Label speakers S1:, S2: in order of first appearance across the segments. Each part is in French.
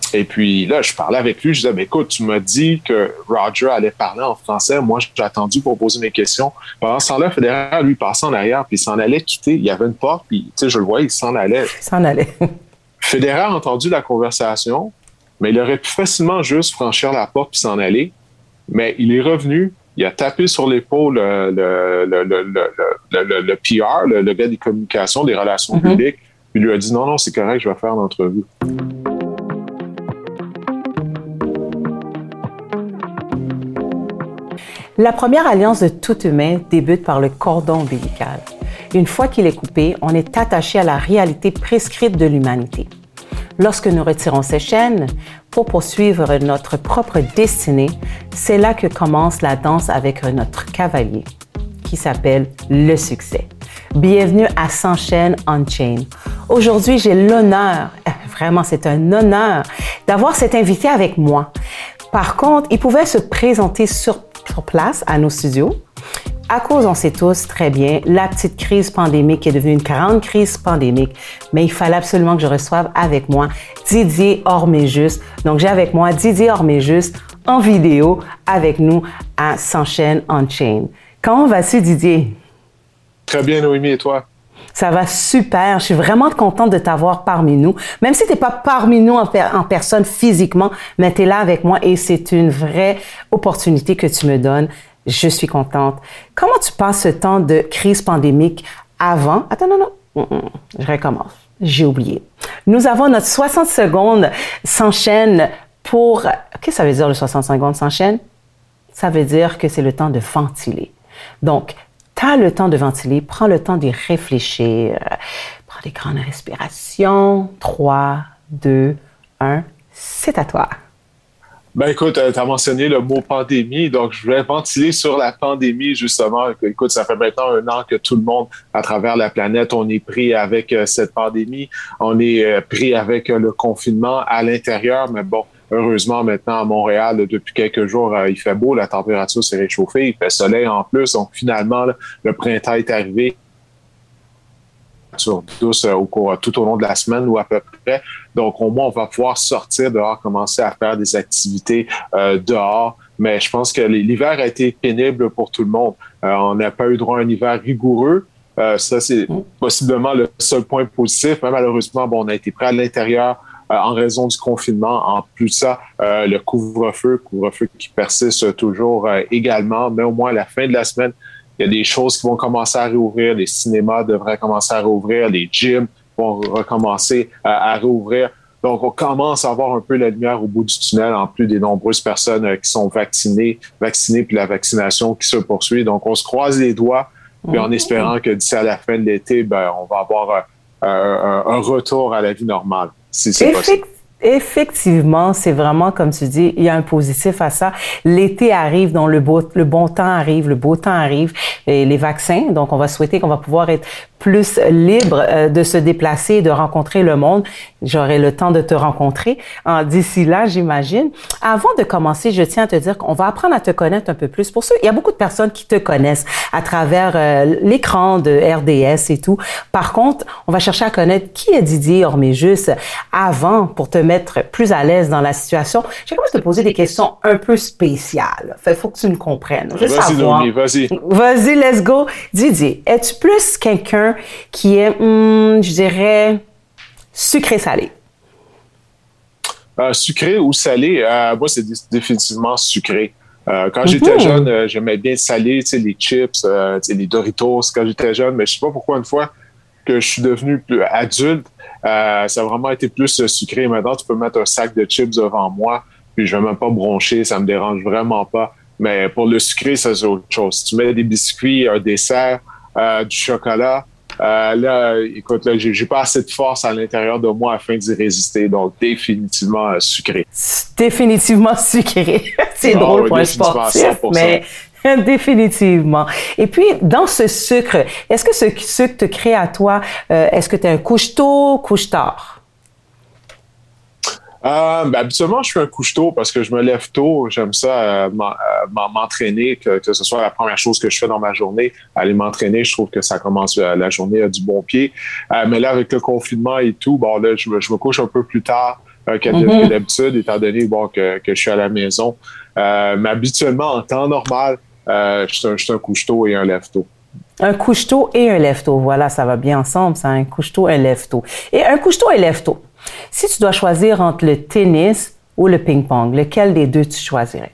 S1: Et puis là, je parlais avec lui, je disais, ben, écoute, tu m'as dit que Roger allait parler en français. Moi, j'ai attendu pour poser mes questions. Pendant ce temps-là, Federer, lui, passait en arrière, puis il s'en allait quitter. Il y avait une porte, puis tu sais, je le voyais, il s'en allait.
S2: Il s'en allait.
S1: Federer a entendu la conversation, mais il aurait pu facilement juste franchir la porte puis s'en aller. Mais il est revenu, il a tapé sur l'épaule le PR, le gars des communications, des relations publiques, puis il lui a dit, non, c'est correct, je vais faire l'entrevue.
S2: La première alliance de tout humain débute par le cordon ombilical. Une fois qu'il est coupé, on est attaché à la réalité prescrite de l'humanité. Lorsque nous retirons ces chaînes pour poursuivre notre propre destinée, c'est là que commence la danse avec notre cavalier, qui s'appelle le succès. Bienvenue à Sans chaînes on-chain. Aujourd'hui, j'ai l'honneur, vraiment c'est un honneur, d'avoir cet invité avec moi. Par contre, il pouvait se présenter sur place à nos studios. À cause, on sait tous très bien, la petite crise pandémique est devenue une grande crise pandémique. Mais il fallait absolument que je reçoive avec moi Didier Orméjus. Donc, j'ai avec moi Didier Orméjus en vidéo avec nous à Sans chaînes on-chain. Comment vas-tu, Didier?
S1: Très bien, Noémie, et toi?
S2: Ça va super. Je suis vraiment contente de t'avoir parmi nous. Même si tu n'es pas parmi nous en personne physiquement, mais tu es là avec moi et c'est une vraie opportunité que tu me donnes. Je suis contente. Comment tu passes ce temps de crise pandémique avant? Attends, non. Je recommence. J'ai oublié. Nous avons notre 60 secondes sans chaîne pour... Qu'est-ce que ça veut dire le 60 secondes sans chaîne? Ça veut dire que c'est le temps de ventiler. Donc, tu as le temps de ventiler, prends le temps d'y réfléchir. Prends des grandes respirations. 3, 2, 1, c'est à toi.
S1: Ben écoute, tu as mentionné le mot pandémie, donc je vais ventiler sur la pandémie justement. Écoute, ça fait maintenant 1 an que tout le monde à travers la planète, on est pris avec cette pandémie, on est pris avec le confinement à l'intérieur, mais bon, heureusement maintenant à Montréal, depuis quelques jours, il fait beau, la température s'est réchauffée, il fait soleil en plus, donc finalement, là, le printemps est arrivé. Douce tout au long de la semaine ou à peu près. Donc, au moins, on va pouvoir sortir dehors, commencer à faire des activités dehors. Mais je pense que l'hiver a été pénible pour tout le monde. On n'a pas eu droit à un hiver rigoureux. Ça, c'est possiblement le seul point positif. Mais malheureusement, bon, on a été pris à l'intérieur en raison du confinement. En plus de ça, le couvre-feu qui persiste toujours également. Mais au moins, à la fin de la semaine, il y a des choses qui vont commencer à réouvrir. Les cinémas devraient commencer à réouvrir. Les gyms vont recommencer à réouvrir. Donc, on commence à avoir un peu la lumière au bout du tunnel, en plus des nombreuses personnes qui sont vaccinées, puis la vaccination qui se poursuit. Donc, on se croise les doigts, puis en espérant que d'ici à la fin de l'été, ben, on va avoir un retour à la vie normale, si c'est possible.
S2: Effectivement, c'est vraiment, comme tu dis, il y a un positif à ça. L'été arrive, donc le bon temps arrive, le beau temps arrive, et les vaccins. Donc, on va souhaiter qu'on va pouvoir être plus libre de se déplacer et de rencontrer le monde. J'aurai le temps de te rencontrer d'ici là, j'imagine. Avant de commencer, je tiens à te dire qu'on va apprendre à te connaître un peu plus. Pour ceux, il y a beaucoup de personnes qui te connaissent à travers l'écran de RDS et tout. Par contre, on va chercher à connaître qui est Didier Orméjus avant pour te mettre plus à l'aise dans la situation. J'ai commencé à te poser des questions un peu spéciales. Fait, faut que tu me comprennes. Je veux savoir.
S1: Noémie, vas-y.
S2: Vas-y, let's go. Didier, es-tu plus quelqu'un qui est, je dirais, sucré-salé?
S1: Sucré ou salé? Moi, c'est définitivement sucré. Quand j'étais jeune, j'aimais bien salé, tu sais, les chips, tu sais, les Doritos quand j'étais jeune, mais je sais pas pourquoi une fois que je suis devenu plus adulte, ça a vraiment été plus sucré. Maintenant, tu peux mettre un sac de chips devant moi, puis je vais même pas broncher, ça me dérange vraiment pas. Mais pour le sucré, ça, c'est autre chose. Si tu mets des biscuits, un dessert, du chocolat, là, écoute, là, j'ai pas assez de force à l'intérieur de moi afin d'y résister. Donc, définitivement sucré.
S2: Définitivement sucré. C'est drôle pour un sportif, mais définitivement. Et puis, dans ce sucre, est-ce que ce sucre te crée à toi, est-ce que tu es un couche-tôt, couche-tard?
S1: Habituellement, je suis un couche-tôt parce que je me lève tôt. J'aime ça m'entraîner, que ce soit la première chose que je fais dans ma journée. Aller m'entraîner, je trouve que ça commence la journée du bon pied. Mais là, avec le confinement et tout, bon là, je me couche un peu plus tard. que d'habitude, étant donné que je suis à la maison. Mais habituellement, en temps normal, je suis un couche-tôt et un lève-tôt.
S2: Un couche-tôt et un lève-tôt. Voilà, ça va bien ensemble, ça, un couche-tôt, un lève-tôt. Et un couche-tôt et lève-tôt. Si tu dois choisir entre le tennis ou le ping-pong, lequel des deux tu choisirais?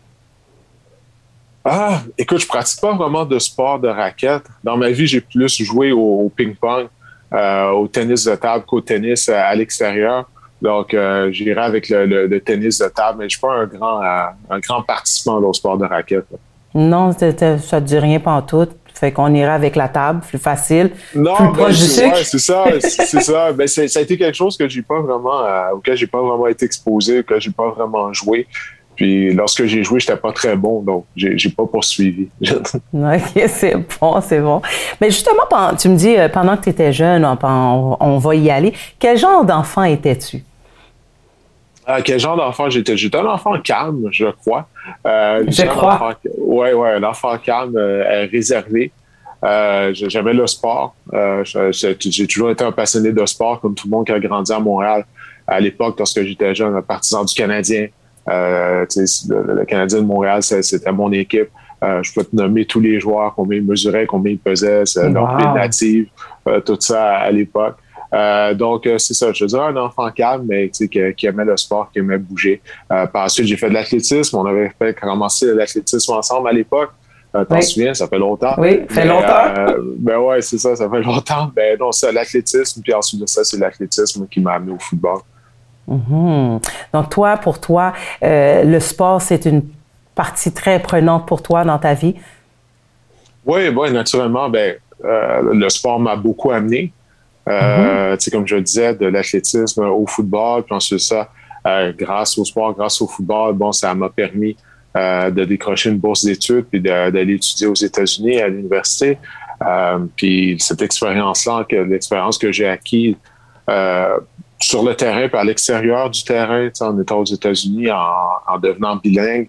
S1: Écoute, je pratique pas vraiment de sport de raquette. Dans ma vie, j'ai plus joué au ping-pong, au tennis de table qu'au tennis à l'extérieur. Donc, j'irai avec le tennis de table, mais je suis pas un grand participant au sport de raquette.
S2: Non, ça te dit rien pantoute. Fait qu'on ira avec la table, plus facile,
S1: non,
S2: plus proche du sucre.
S1: Ouais, c'est ça. Ben, ça a été quelque chose que auquel j'ai pas vraiment été exposé, auquel j'ai pas vraiment joué. Puis lorsque j'ai joué, j'étais pas très bon, donc j'ai pas poursuivi.
S2: OK, c'est bon. Mais justement, tu me dis, pendant que tu étais jeune, on va y aller. Quel genre d'enfant étais-tu?
S1: Quel genre d'enfant j'étais? J'étais un enfant calme, je crois.
S2: Je crois.
S1: Un enfant calme, réservé. J'aimais le sport. J'ai toujours été un passionné de sport, comme tout le monde qui a grandi à Montréal. À l'époque, lorsque j'étais jeune, un partisan du Canadien. Le Canadien de Montréal, c'était mon équipe. Je peux te nommer tous les joueurs, combien ils mesuraient, combien ils pesaient, leur ville native, tout ça à l'époque. Donc, c'est ça. Je dirais un enfant calme, mais qui aimait le sport, qui aimait bouger. Par la suite, j'ai fait de l'athlétisme. On avait commencé l'athlétisme ensemble à l'époque. T'en souviens, ça fait longtemps.
S2: Oui, ça fait longtemps.
S1: Ben ouais, c'est ça fait longtemps. Ben non, c'est l'athlétisme. Puis ensuite de ça, c'est l'athlétisme qui m'a amené au football.
S2: Mm-hmm. Donc, pour toi, le sport, c'est une partie très prenante pour toi dans ta vie?
S1: Oui, naturellement, le sport m'a beaucoup amené. Comme je le disais, de l'athlétisme au football, puis ensuite ça, grâce au sport, grâce au football, ça m'a permis de décrocher une bourse d'études puis d'aller étudier aux États-Unis à l'université. Puis cette expérience-là, l'expérience que j'ai acquise sur le terrain puis à l'extérieur du terrain, en étant aux États-Unis, en devenant bilingue,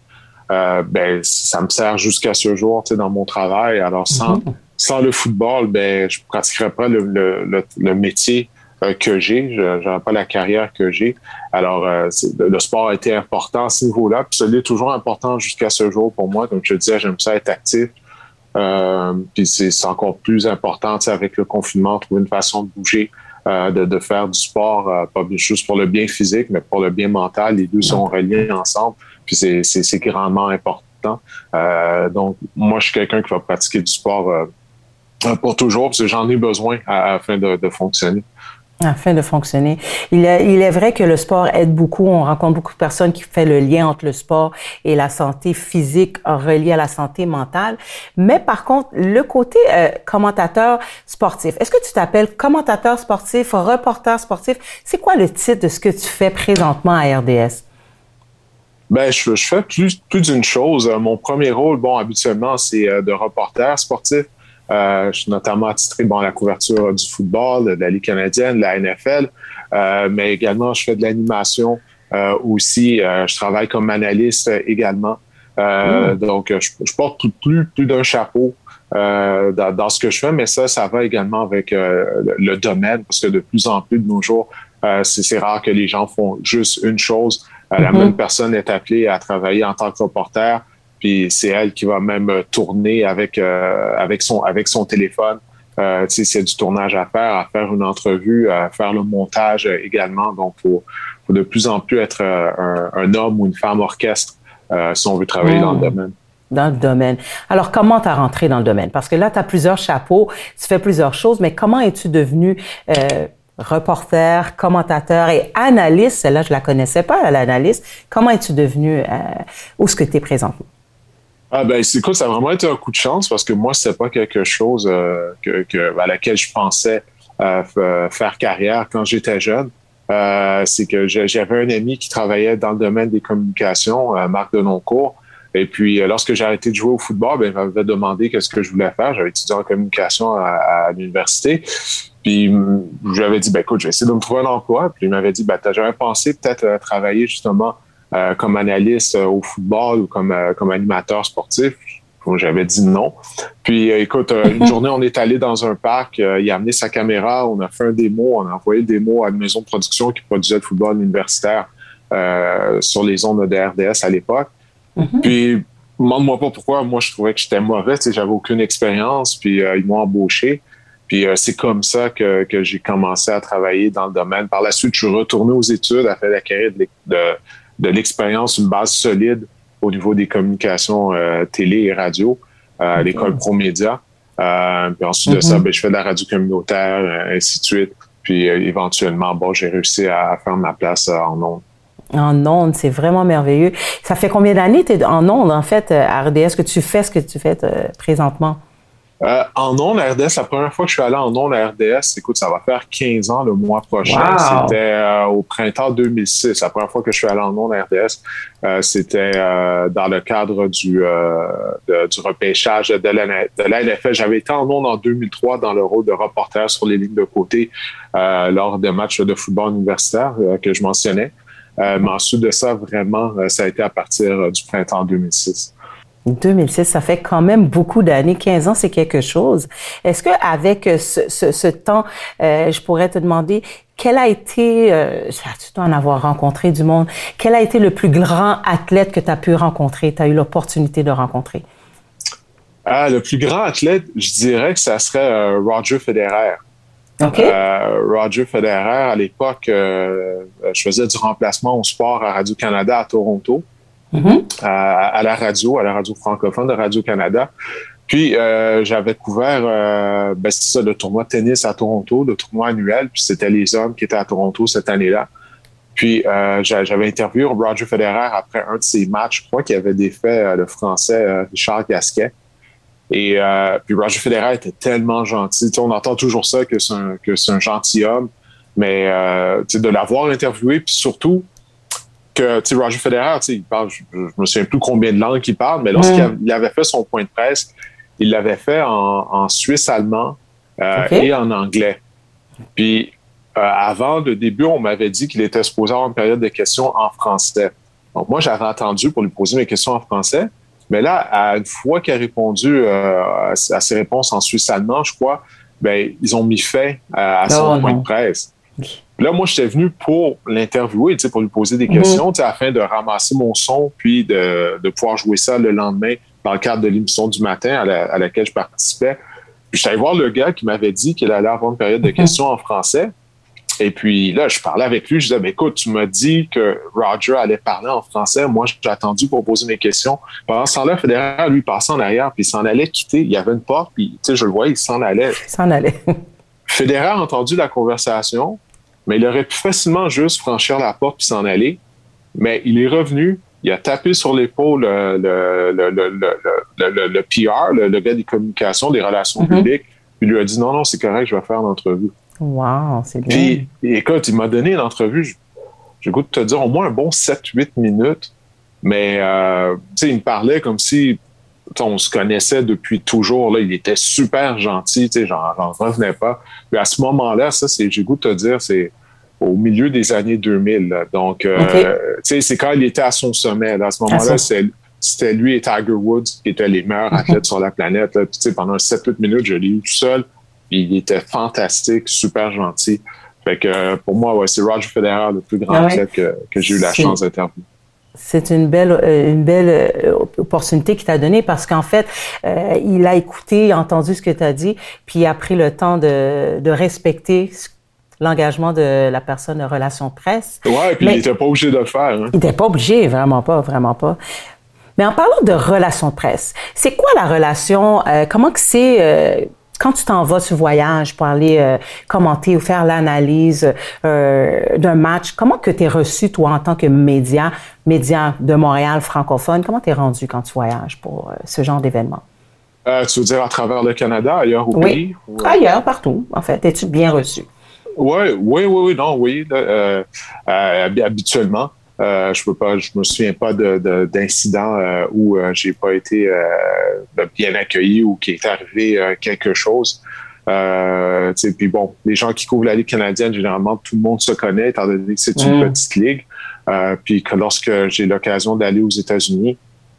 S1: ça me sert jusqu'à ce jour dans mon travail. Alors, sans le football, je ne pratiquerais pas le métier que j'ai. Je n'aurais pas la carrière que j'ai. Alors, le sport a été important à ce niveau-là. Puis, ça l'est toujours important jusqu'à ce jour pour moi. Comme je te disais, j'aime ça être actif. Puis, c'est encore plus important avec le confinement, trouver une façon de bouger, de faire du sport, pas juste pour le bien physique, mais pour le bien mental. Les deux sont reliés ensemble. Puis, c'est grandement important. Donc, moi, je suis quelqu'un qui va pratiquer du sport pour toujours, parce que j'en ai besoin afin de fonctionner.
S2: Afin de fonctionner. Il est vrai que le sport aide beaucoup. On rencontre beaucoup de personnes qui font le lien entre le sport et la santé physique reliée à la santé mentale. Mais par contre, le côté commentateur sportif, est-ce que tu t'appelles commentateur sportif, reporter sportif? C'est quoi le titre de ce que tu fais présentement à RDS?
S1: Je fais plus d'une chose. Mon premier rôle, habituellement, c'est de reporter sportif. Je suis notamment attitré à la couverture du football, de la Ligue canadienne, de la NFL, mais également, je fais de l'animation aussi. Je travaille comme analyste également. Donc, je porte plus d'un chapeau dans ce que je fais, mais ça va également avec le domaine, parce que de plus en plus de nos jours, c'est rare que les gens font juste une chose. La même personne est appelée à travailler en tant que reporter, puis c'est elle qui va même tourner avec son téléphone. S'il y a du tournage à faire une entrevue, à faire le montage également. Donc, faut de plus en plus être un homme ou une femme orchestre si on veut travailler dans le domaine.
S2: Dans le domaine. Alors, comment tu as rentré dans le domaine? Parce que là, tu as plusieurs chapeaux, tu fais plusieurs choses, mais comment es-tu devenu reporter, commentateur et analyste? Celle-là, je la connaissais pas, l'analyste. Comment es-tu devenu, où est-ce que tu es présentement?
S1: Écoute, ça a vraiment été un coup de chance parce que moi, c'était pas quelque chose à laquelle je pensais faire carrière quand j'étais jeune. C'est que j'avais un ami qui travaillait dans le domaine des communications, Marc Denoncourt. Et puis, lorsque j'ai arrêté de jouer au football, il m'avait demandé qu'est-ce que je voulais faire. J'avais étudié en communication à l'université. Puis, je lui avais dit, écoute, je vais essayer de me trouver un emploi. Puis, il m'avait dit, t'as jamais pensé peut-être travailler justement comme analyste au football ou comme animateur sportif? J'avais dit non. Puis, écoute, une journée, on est allé dans un parc. Il a amené sa caméra. On a fait un démo. On a envoyé le démo à une maison de production qui produisait le football universitaire sur les ondes de RDS à l'époque. Puis, demande-moi pas pourquoi. Moi, je trouvais que j'étais mauvais. Tu sais, j'avais aucune expérience. Puis, ils m'ont embauché. Puis, c'est comme ça que j'ai commencé à travailler dans le domaine. Par la suite, je suis retourné aux études afin d'acquérir de l'expérience, une base solide au niveau des communications télé et radio, à l'école ProMédia. Puis ensuite de ça, je fais de la radio communautaire, ainsi de suite. Puis éventuellement, j'ai réussi à faire ma place en ondes.
S2: En ondes, c'est vraiment merveilleux. Ça fait combien d'années que tu es en ondes, en fait, à RDS, que tu fais ce que tu fais présentement?
S1: En ondes à RDS, la première fois que je suis allé en ondes à RDS, écoute, ça va faire 15 ans le mois prochain.
S2: Wow.
S1: C'était au printemps 2006. La première fois que je suis allé en ondes à RDS, c'était dans le cadre du repêchage de la NFL. J'avais été en ondes en 2003 dans le rôle de reporter sur les lignes de côté lors des matchs de football universitaire que je mentionnais. Mais ensuite de ça, vraiment, ça a été à partir du printemps 2006.
S2: 2006, ça fait quand même beaucoup d'années. 15 ans, c'est quelque chose. Est-ce qu'avec ce temps, je pourrais te demander, quel a été, tu dois en avoir rencontré du monde, quel a été le plus grand athlète que tu as pu rencontrer, tu as eu l'opportunité de rencontrer?
S1: Le plus grand athlète, je dirais que ça serait Roger Federer.
S2: Okay.
S1: Roger Federer, à l'époque, je faisais du remplacement au sport à Radio-Canada à Toronto. À la radio francophone de Radio-Canada. Puis, j'avais couvert, c'est ça, le tournoi de tennis à Toronto, le tournoi annuel, puis c'était les hommes qui étaient à Toronto cette année-là. Puis, j'avais interviewé Roger Federer après un de ses matchs. Je crois qu'il avait défait le Français Richard Gasquet. Et puis, Roger Federer était tellement gentil. Tu sais, on entend toujours ça, que c'est un gentilhomme, mais de l'avoir interviewé, puis surtout, que Roger Federer, il parle, je me souviens plus combien de langues il parle, mais lorsqu'il avait fait son point de presse, il l'avait fait en suisse-allemand et en anglais. Puis, avant le début, on m'avait dit qu'il était supposé avoir une période de questions en français. Donc, moi, j'avais attendu pour lui poser mes questions en français, mais là, une fois qu'il a répondu à ses réponses en suisse-allemand, je crois, ils ont mis fin à son point de presse. Là, moi, j'étais venu pour l'interviewer, pour lui poser des questions, afin de ramasser mon son, puis de pouvoir jouer ça le lendemain dans le cadre de l'émission du matin à laquelle je participais. Puis, je suis allé voir le gars qui m'avait dit qu'il allait avoir une période de questions en français. Et puis là, je parlais avec lui, je disais, écoute, tu m'as dit que Roger allait parler en français. Moi, j'ai attendu pour poser mes questions. Pendant ce temps-là, Federer, lui, passait en arrière, puis il s'en allait quitter. Il y avait une porte, puis je le voyais, il s'en allait. Federer a entendu la conversation, mais il aurait pu facilement juste franchir la porte puis s'en aller. Mais il est revenu, il a tapé sur l'épaule le PR, le gars des communications, des relations publiques, puis il lui a dit non, c'est correct, je vais faire l'entrevue.
S2: Wow, c'est bien.
S1: Puis, écoute, il m'a donné une entrevue, j'ai goût de te dire, au moins un bon 7-8 minutes, mais il me parlait comme si on se connaissait depuis toujours. Là, il était super gentil, j'en revenais pas. Puis à ce moment-là, j'ai goût de te dire, c'est au milieu des années 2000. Là. Donc, c'est quand il était à son sommet. Là. À ce moment-là, c'était lui et Tiger Woods qui étaient les meilleurs athlètes sur la planète. Là. Puis, pendant 7-8 minutes, je l'ai eu tout seul. Puis, il était fantastique, super gentil. Fait que pour moi, c'est Roger Federer, le plus grand athlète que j'ai eu la chance d'interviewer.
S2: C'est une belle opportunité qu'il t'a donnée parce qu'en fait, il a écouté, entendu ce que tu as dit, puis il a pris le temps de respecter l'engagement de la personne de relations presse. Ouais,
S1: puis il n'était pas obligé de le faire. Hein.
S2: Il n'était pas obligé, vraiment pas. Mais en parlant de relations presse, c'est quoi la relation? Comment que c'est... quand tu t'en vas sur voyage pour aller commenter ou faire l'analyse d'un match, comment que tu es reçu, toi, en tant que média de Montréal francophone? Comment tu es rendu quand tu voyages pour ce genre d'événement?
S1: Tu veux dire à travers le Canada, ailleurs au pays?
S2: Ailleurs, partout, en fait. Es-tu bien reçu?
S1: Oui. Habituellement. Je me souviens pas d'incidents où j'ai pas été bien accueilli ou qu'il est arrivé quelque chose. Puis bon, les gens qui couvrent la Ligue canadienne, généralement, tout le monde se connaît, étant donné que c'est une petite ligue. Puis que lorsque j'ai l'occasion d'aller aux États-Unis,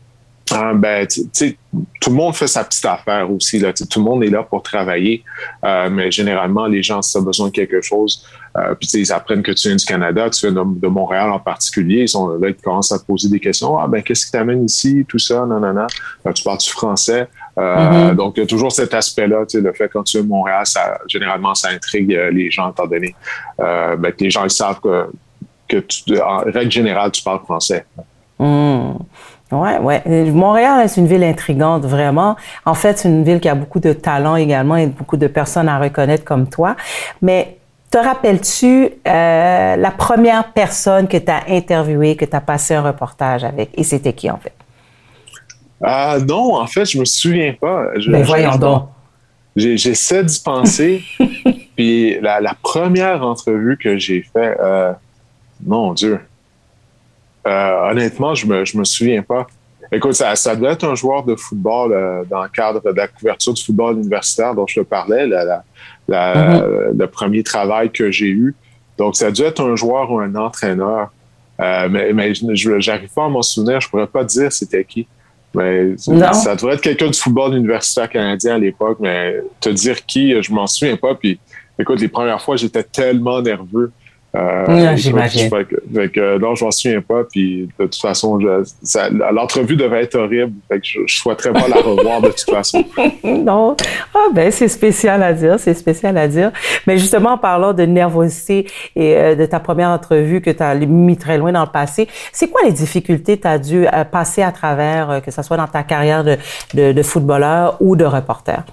S1: Ben, tu sais, tout le monde fait sa petite affaire aussi. Là. Tout le monde est là pour travailler, mais généralement, les gens, si tu as besoin de quelque chose, puis ils apprennent que tu viens du Canada, tu viens de Montréal en particulier, ils sont là, ils commencent à te poser des questions. Ah, ben, qu'est-ce qui t'amène ici, tout ça, non. Tu parles du français. Donc, il y a toujours cet aspect-là, tu sais, le fait quand tu es à Montréal, généralement, ça intrigue les gens, étant donné que les gens ils savent que en règle générale, tu parles français.
S2: Ouais. Montréal, c'est une ville intrigante, vraiment. En fait, c'est une ville qui a beaucoup de talent également et beaucoup de personnes à reconnaître comme toi. Mais te rappelles-tu la première personne que tu as interviewée, que tu as passé un reportage avec? Et c'était qui, en fait?
S1: Non, en fait, je me souviens pas.
S2: Voyons donc.
S1: J'essaie d'y penser. Puis la première entrevue que j'ai faite, mon Dieu. Honnêtement, je me souviens pas. Écoute, ça devait être un joueur de football dans le cadre de la couverture du football universitaire dont je te parlais, le premier travail que j'ai eu. Donc, ça a dû être un joueur ou un entraîneur. Mais j'arrive pas à m'en souvenir. Je pourrais pas dire c'était qui. Mais ça devrait être quelqu'un du football universitaire canadien à l'époque. Mais te dire qui, je m'en souviens pas. Puis, écoute, les premières fois, j'étais tellement nerveux.
S2: J'imagine.
S1: Non, je m'en souviens pas. Puis de toute façon, l'entrevue devait être horrible. Fait que je souhaiterais pas la revoir de toute façon.
S2: Non. C'est spécial à dire. Mais justement, en parlant de nervosité et de ta première entrevue que tu as mis très loin dans le passé, c'est quoi les difficultés que tu as dû passer à travers, que ce soit dans ta carrière de footballeur ou de reporter?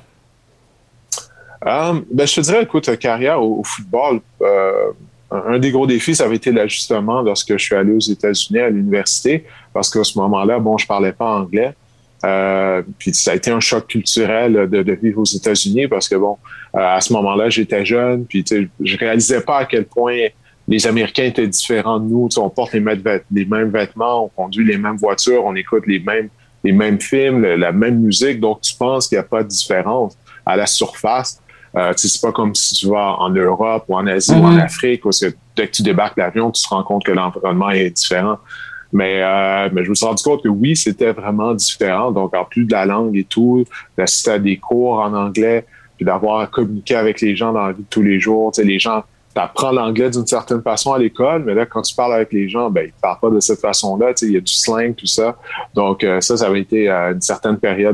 S1: Je te dirais, écoute, carrière au football, un des gros défis, ça avait été l'ajustement lorsque je suis allé aux États-Unis à l'université, parce qu'à ce moment-là, je parlais pas anglais. Puis ça a été un choc culturel de vivre aux États-Unis, parce que à ce moment-là, j'étais jeune, puis je réalisais pas à quel point les Américains étaient différents de nous. On porte les mêmes vêtements, on conduit les mêmes voitures, on écoute les mêmes films, la même musique. Donc tu penses qu'il n'y a pas de différence à la surface. C'est pas comme si tu vas en Europe ou en Asie ou en Afrique, parce que dès que tu débarques l'avion, tu te rends compte que l'environnement est différent. Mais je me suis rendu compte que oui, c'était vraiment différent. Donc, en plus de la langue et tout, d'assister à des cours en anglais, puis d'avoir à communiquer avec les gens dans la vie de tous les jours. Les gens, t'apprends l'anglais d'une certaine façon à l'école, mais là, quand tu parles avec les gens, ils parlent pas de cette façon-là. Il y a du slang, tout ça. Donc, ça avait été une certaine période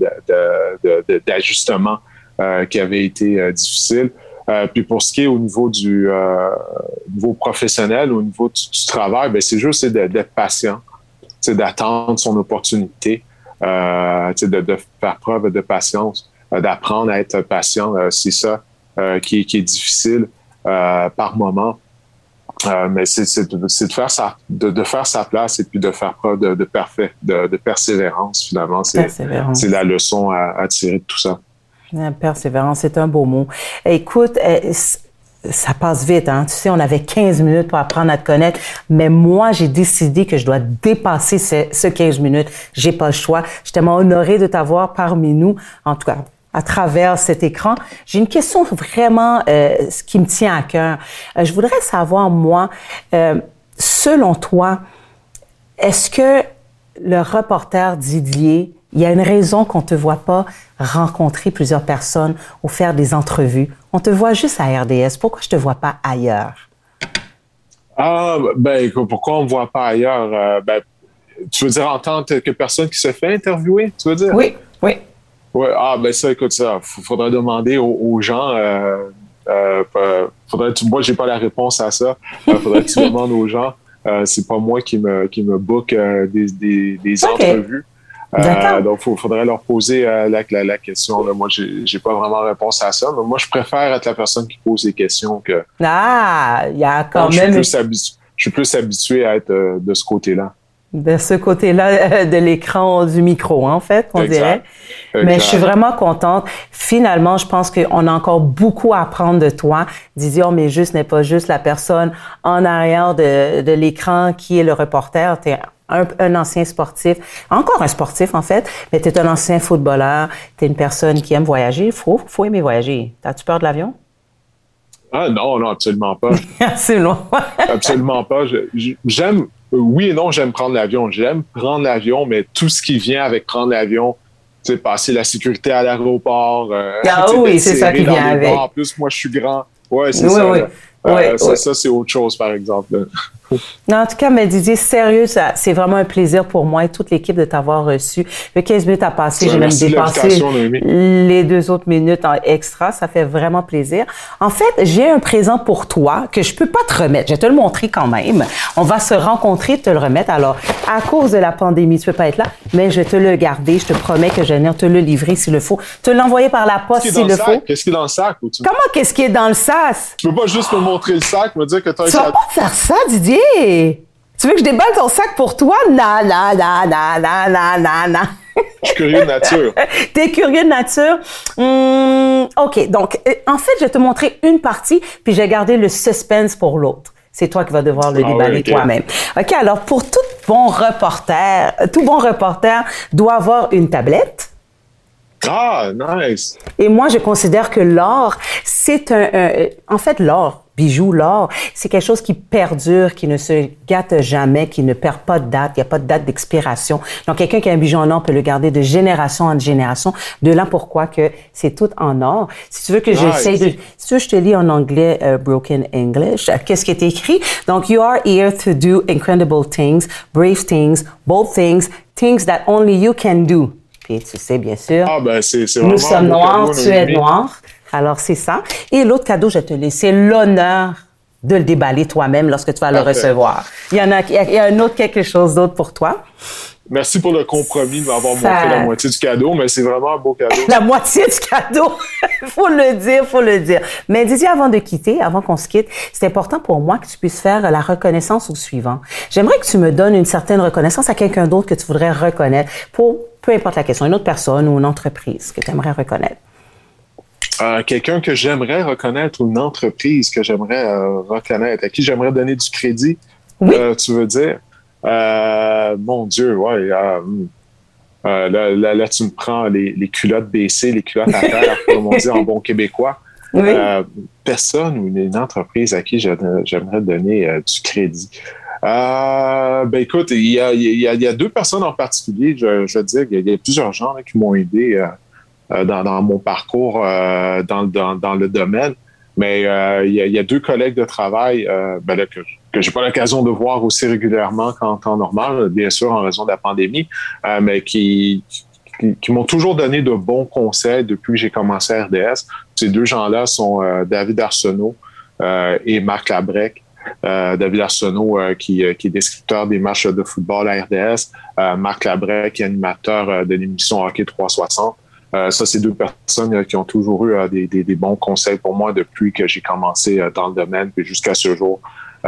S1: d'ajustement qui avait été difficile. Puis pour ce qui est au niveau du niveau professionnel, au niveau du travail, c'est juste d'être patient, d'attendre son opportunité, de faire preuve de patience, d'apprendre à être patient. C'est ça qui est difficile par moment. Mais c'est de faire sa place et puis de faire preuve de persévérance, finalement. C'est la leçon à tirer de tout ça.
S2: Persévérance, c'est un beau mot. Écoute, ça passe vite, hein. Tu sais, on avait 15 minutes pour apprendre à te connaître, mais moi, j'ai décidé que je dois dépasser ce 15 minutes. J'ai pas le choix. Je suis tellement honorée de t'avoir parmi nous, en tout cas, à travers cet écran. J'ai une question vraiment qui me tient à cœur. Je voudrais savoir, moi, selon toi, est-ce que le reporter Didier, il y a une raison qu'on ne te voit pas rencontrer plusieurs personnes ou faire des entrevues? On te voit juste à RDS. Pourquoi je ne te vois pas ailleurs?
S1: Pourquoi on ne me voit pas ailleurs? Tu veux dire en tant que personne qui se fait interviewer, tu veux dire?
S2: Oui.
S1: Ouais, ça, écoute, ça, faudrait demander aux gens. Moi, j'ai pas la réponse à ça. Faudrait que tu demandes aux gens. C'est pas moi qui me book des entrevues. Donc, faudrait leur poser la question. Là. Moi, j'ai pas vraiment réponse à ça. Mais moi, je préfère être la personne qui pose des questions que.
S2: Il y a quand même.
S1: Je suis plus habitué à être de ce côté-là.
S2: De ce côté-là de l'écran, du micro, en fait, on dirait. Mais je suis vraiment contente. Finalement, je pense qu'on a encore beaucoup à apprendre de toi. Didier Orméjus n'est pas juste la personne en arrière de l'écran qui est le reporter. Tu es un ancien sportif, encore un sportif en fait, mais tu es un ancien footballeur, tu es une personne qui aime voyager. Faut aimer voyager. As-tu peur de l'avion?
S1: Ah non, absolument pas.
S2: Absolument.
S1: Absolument pas. J'aime oui et non, j'aime prendre l'avion. J'aime prendre l'avion, mais tout ce qui vient avec prendre l'avion, tu sais, passer la sécurité à l'aéroport,
S2: Ah oui, c'est ça qui vient avec.
S1: En plus, moi, je suis grand. Ouais, c'est
S2: oui,
S1: ça.
S2: Oui.
S1: Ça, c'est autre chose, par exemple.
S2: Non, en tout cas, mais Didier, sérieux, c'est vraiment un plaisir pour moi et toute l'équipe de t'avoir reçu. Le 15 minutes à passer, j'ai même dépassé les 2 autres minutes en extra. Ça fait vraiment plaisir. En fait, j'ai un présent pour toi que je peux pas te remettre. Je vais te le montrer quand même. On va se rencontrer et te le remettre. Alors, à cause de la pandémie, tu peux pas être là, mais je vais te le garder. Je te promets que je vais venir te le livrer s'il le faut. Te l'envoyer par la poste s'il le faut.
S1: Qu'est-ce qui est dans le sac?
S2: Comment qu'est-ce qui est dans le sac?
S1: Tu peux pas juste me montrer le sac, me dire que tu as un
S2: sac. Tu vas pas faire ça, Didier? Tu veux que je déballe ton sac pour toi? Non.
S1: Je suis curieux de nature.
S2: T'es curieux de nature? OK. Donc, en fait, je vais te montrer une partie, puis je vais garder le suspense pour l'autre. C'est toi qui vas devoir le déballer toi-même. OK, alors, pour tout bon reporter doit avoir une tablette.
S1: Ah, nice!
S2: Et moi, je considère que l'or, c'est en fait, l'or, c'est quelque chose qui perdure, qui ne se gâte jamais, qui ne perd pas de date. Il n'y a pas de date d'expiration. Donc, quelqu'un qui a un bijou en or peut le garder de génération en génération. De là pourquoi que c'est tout en or. Si tu veux que j'essaye si tu veux, je te lis en anglais, broken English. Qu'est-ce qui est écrit? Donc, you are here to do incredible things, brave things, bold things, things that only you can do. Puis, tu sais, bien sûr.
S1: Ah, ben, c'est vraiment
S2: nous sommes noirs, tu es noir. Alors, c'est ça. Et l'autre cadeau, je vais te laisser l'honneur de le déballer toi-même lorsque tu vas le recevoir. Il y a un autre quelque chose d'autre pour toi.
S1: Merci pour le compromis de m'avoir montré la moitié du cadeau, mais c'est vraiment un beau cadeau.
S2: La moitié du cadeau! faut le dire. Mais Didier, avant de quitter, avant qu'on se quitte, c'est important pour moi que tu puisses faire la reconnaissance au suivant. J'aimerais que tu me donnes une certaine reconnaissance à quelqu'un d'autre que tu voudrais reconnaître pour, peu importe la question, une autre personne ou une entreprise que tu aimerais reconnaître.
S1: Quelqu'un que j'aimerais reconnaître ou une entreprise que j'aimerais reconnaître, à qui j'aimerais donner du crédit,
S2: oui.
S1: Tu veux dire? Mon Dieu, ouais. Là, tu me prends les culottes baissées, les culottes à terre, comme on dit en bon québécois.
S2: Oui.
S1: Personne ou une entreprise à qui j'aimerais donner du crédit. Écoute, il y a 2 personnes en particulier, je veux dire, il y a plusieurs gens là, qui m'ont aidé dans mon parcours dans le domaine. Mais il y a 2 collègues de travail que j'ai pas l'occasion de voir aussi régulièrement qu'en temps normal, bien sûr, en raison de la pandémie, mais qui m'ont toujours donné de bons conseils depuis que j'ai commencé à RDS. Ces 2 gens-là sont David Arsenault et Marc Labrec. David Arsenault qui est descripteur des matchs de football à RDS. Marc Labrec qui est animateur de l'émission Hockey 360. Ça, c'est 2 personnes qui ont toujours eu des bons conseils pour moi depuis que j'ai commencé dans le domaine, puis jusqu'à ce jour.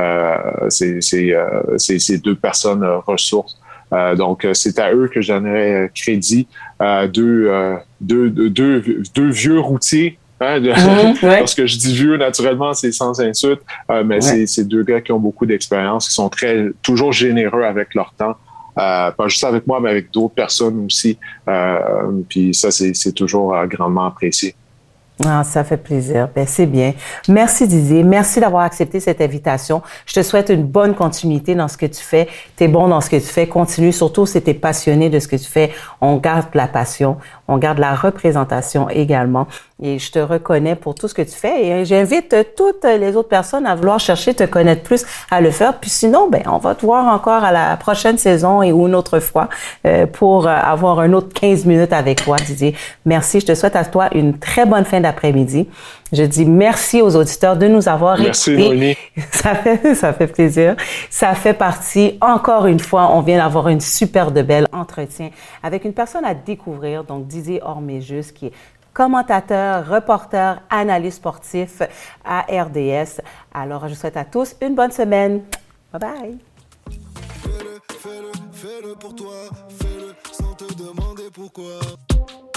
S1: C'est 2 personnes ressources. Donc, c'est à eux que j'en donnerais crédit. 2 vieux routiers. Lorsque je dis vieux, naturellement, c'est sans insulte. Mais c'est 2 gars qui ont beaucoup d'expérience, qui sont toujours généreux avec leur temps. Pas juste avec moi, mais avec d'autres personnes aussi. Puis ça, c'est toujours grandement apprécié.
S2: Ah, ça fait plaisir. Ben, c'est bien. Merci Didier. Merci d'avoir accepté cette invitation. Je te souhaite une bonne continuité dans ce que tu fais. Tu es bon dans ce que tu fais. Continue. Surtout si tu es passionné de ce que tu fais. On garde la passion. On garde la représentation également. Et je te reconnais pour tout ce que tu fais. Et j'invite toutes les autres personnes à vouloir chercher, te connaître plus, à le faire. Puis sinon, ben, on va te voir encore à la prochaine saison ou une autre fois pour avoir un autre 15 minutes avec toi, Didier. Merci. Je te souhaite à toi une très bonne fin d'après-midi. Je dis merci aux auditeurs de nous avoir
S1: écoutés.
S2: Merci,
S1: Noémie.
S2: Ça fait plaisir. Ça fait partie, encore une fois, on vient d'avoir une super de belle entretien avec une personne à découvrir, donc Didier Orméjus, qui est commentateur, reporter, analyste sportif à RDS. Alors, je souhaite à tous une bonne semaine. Bye bye.
S3: Fais-le pour toi, fais-le sans te demander pourquoi.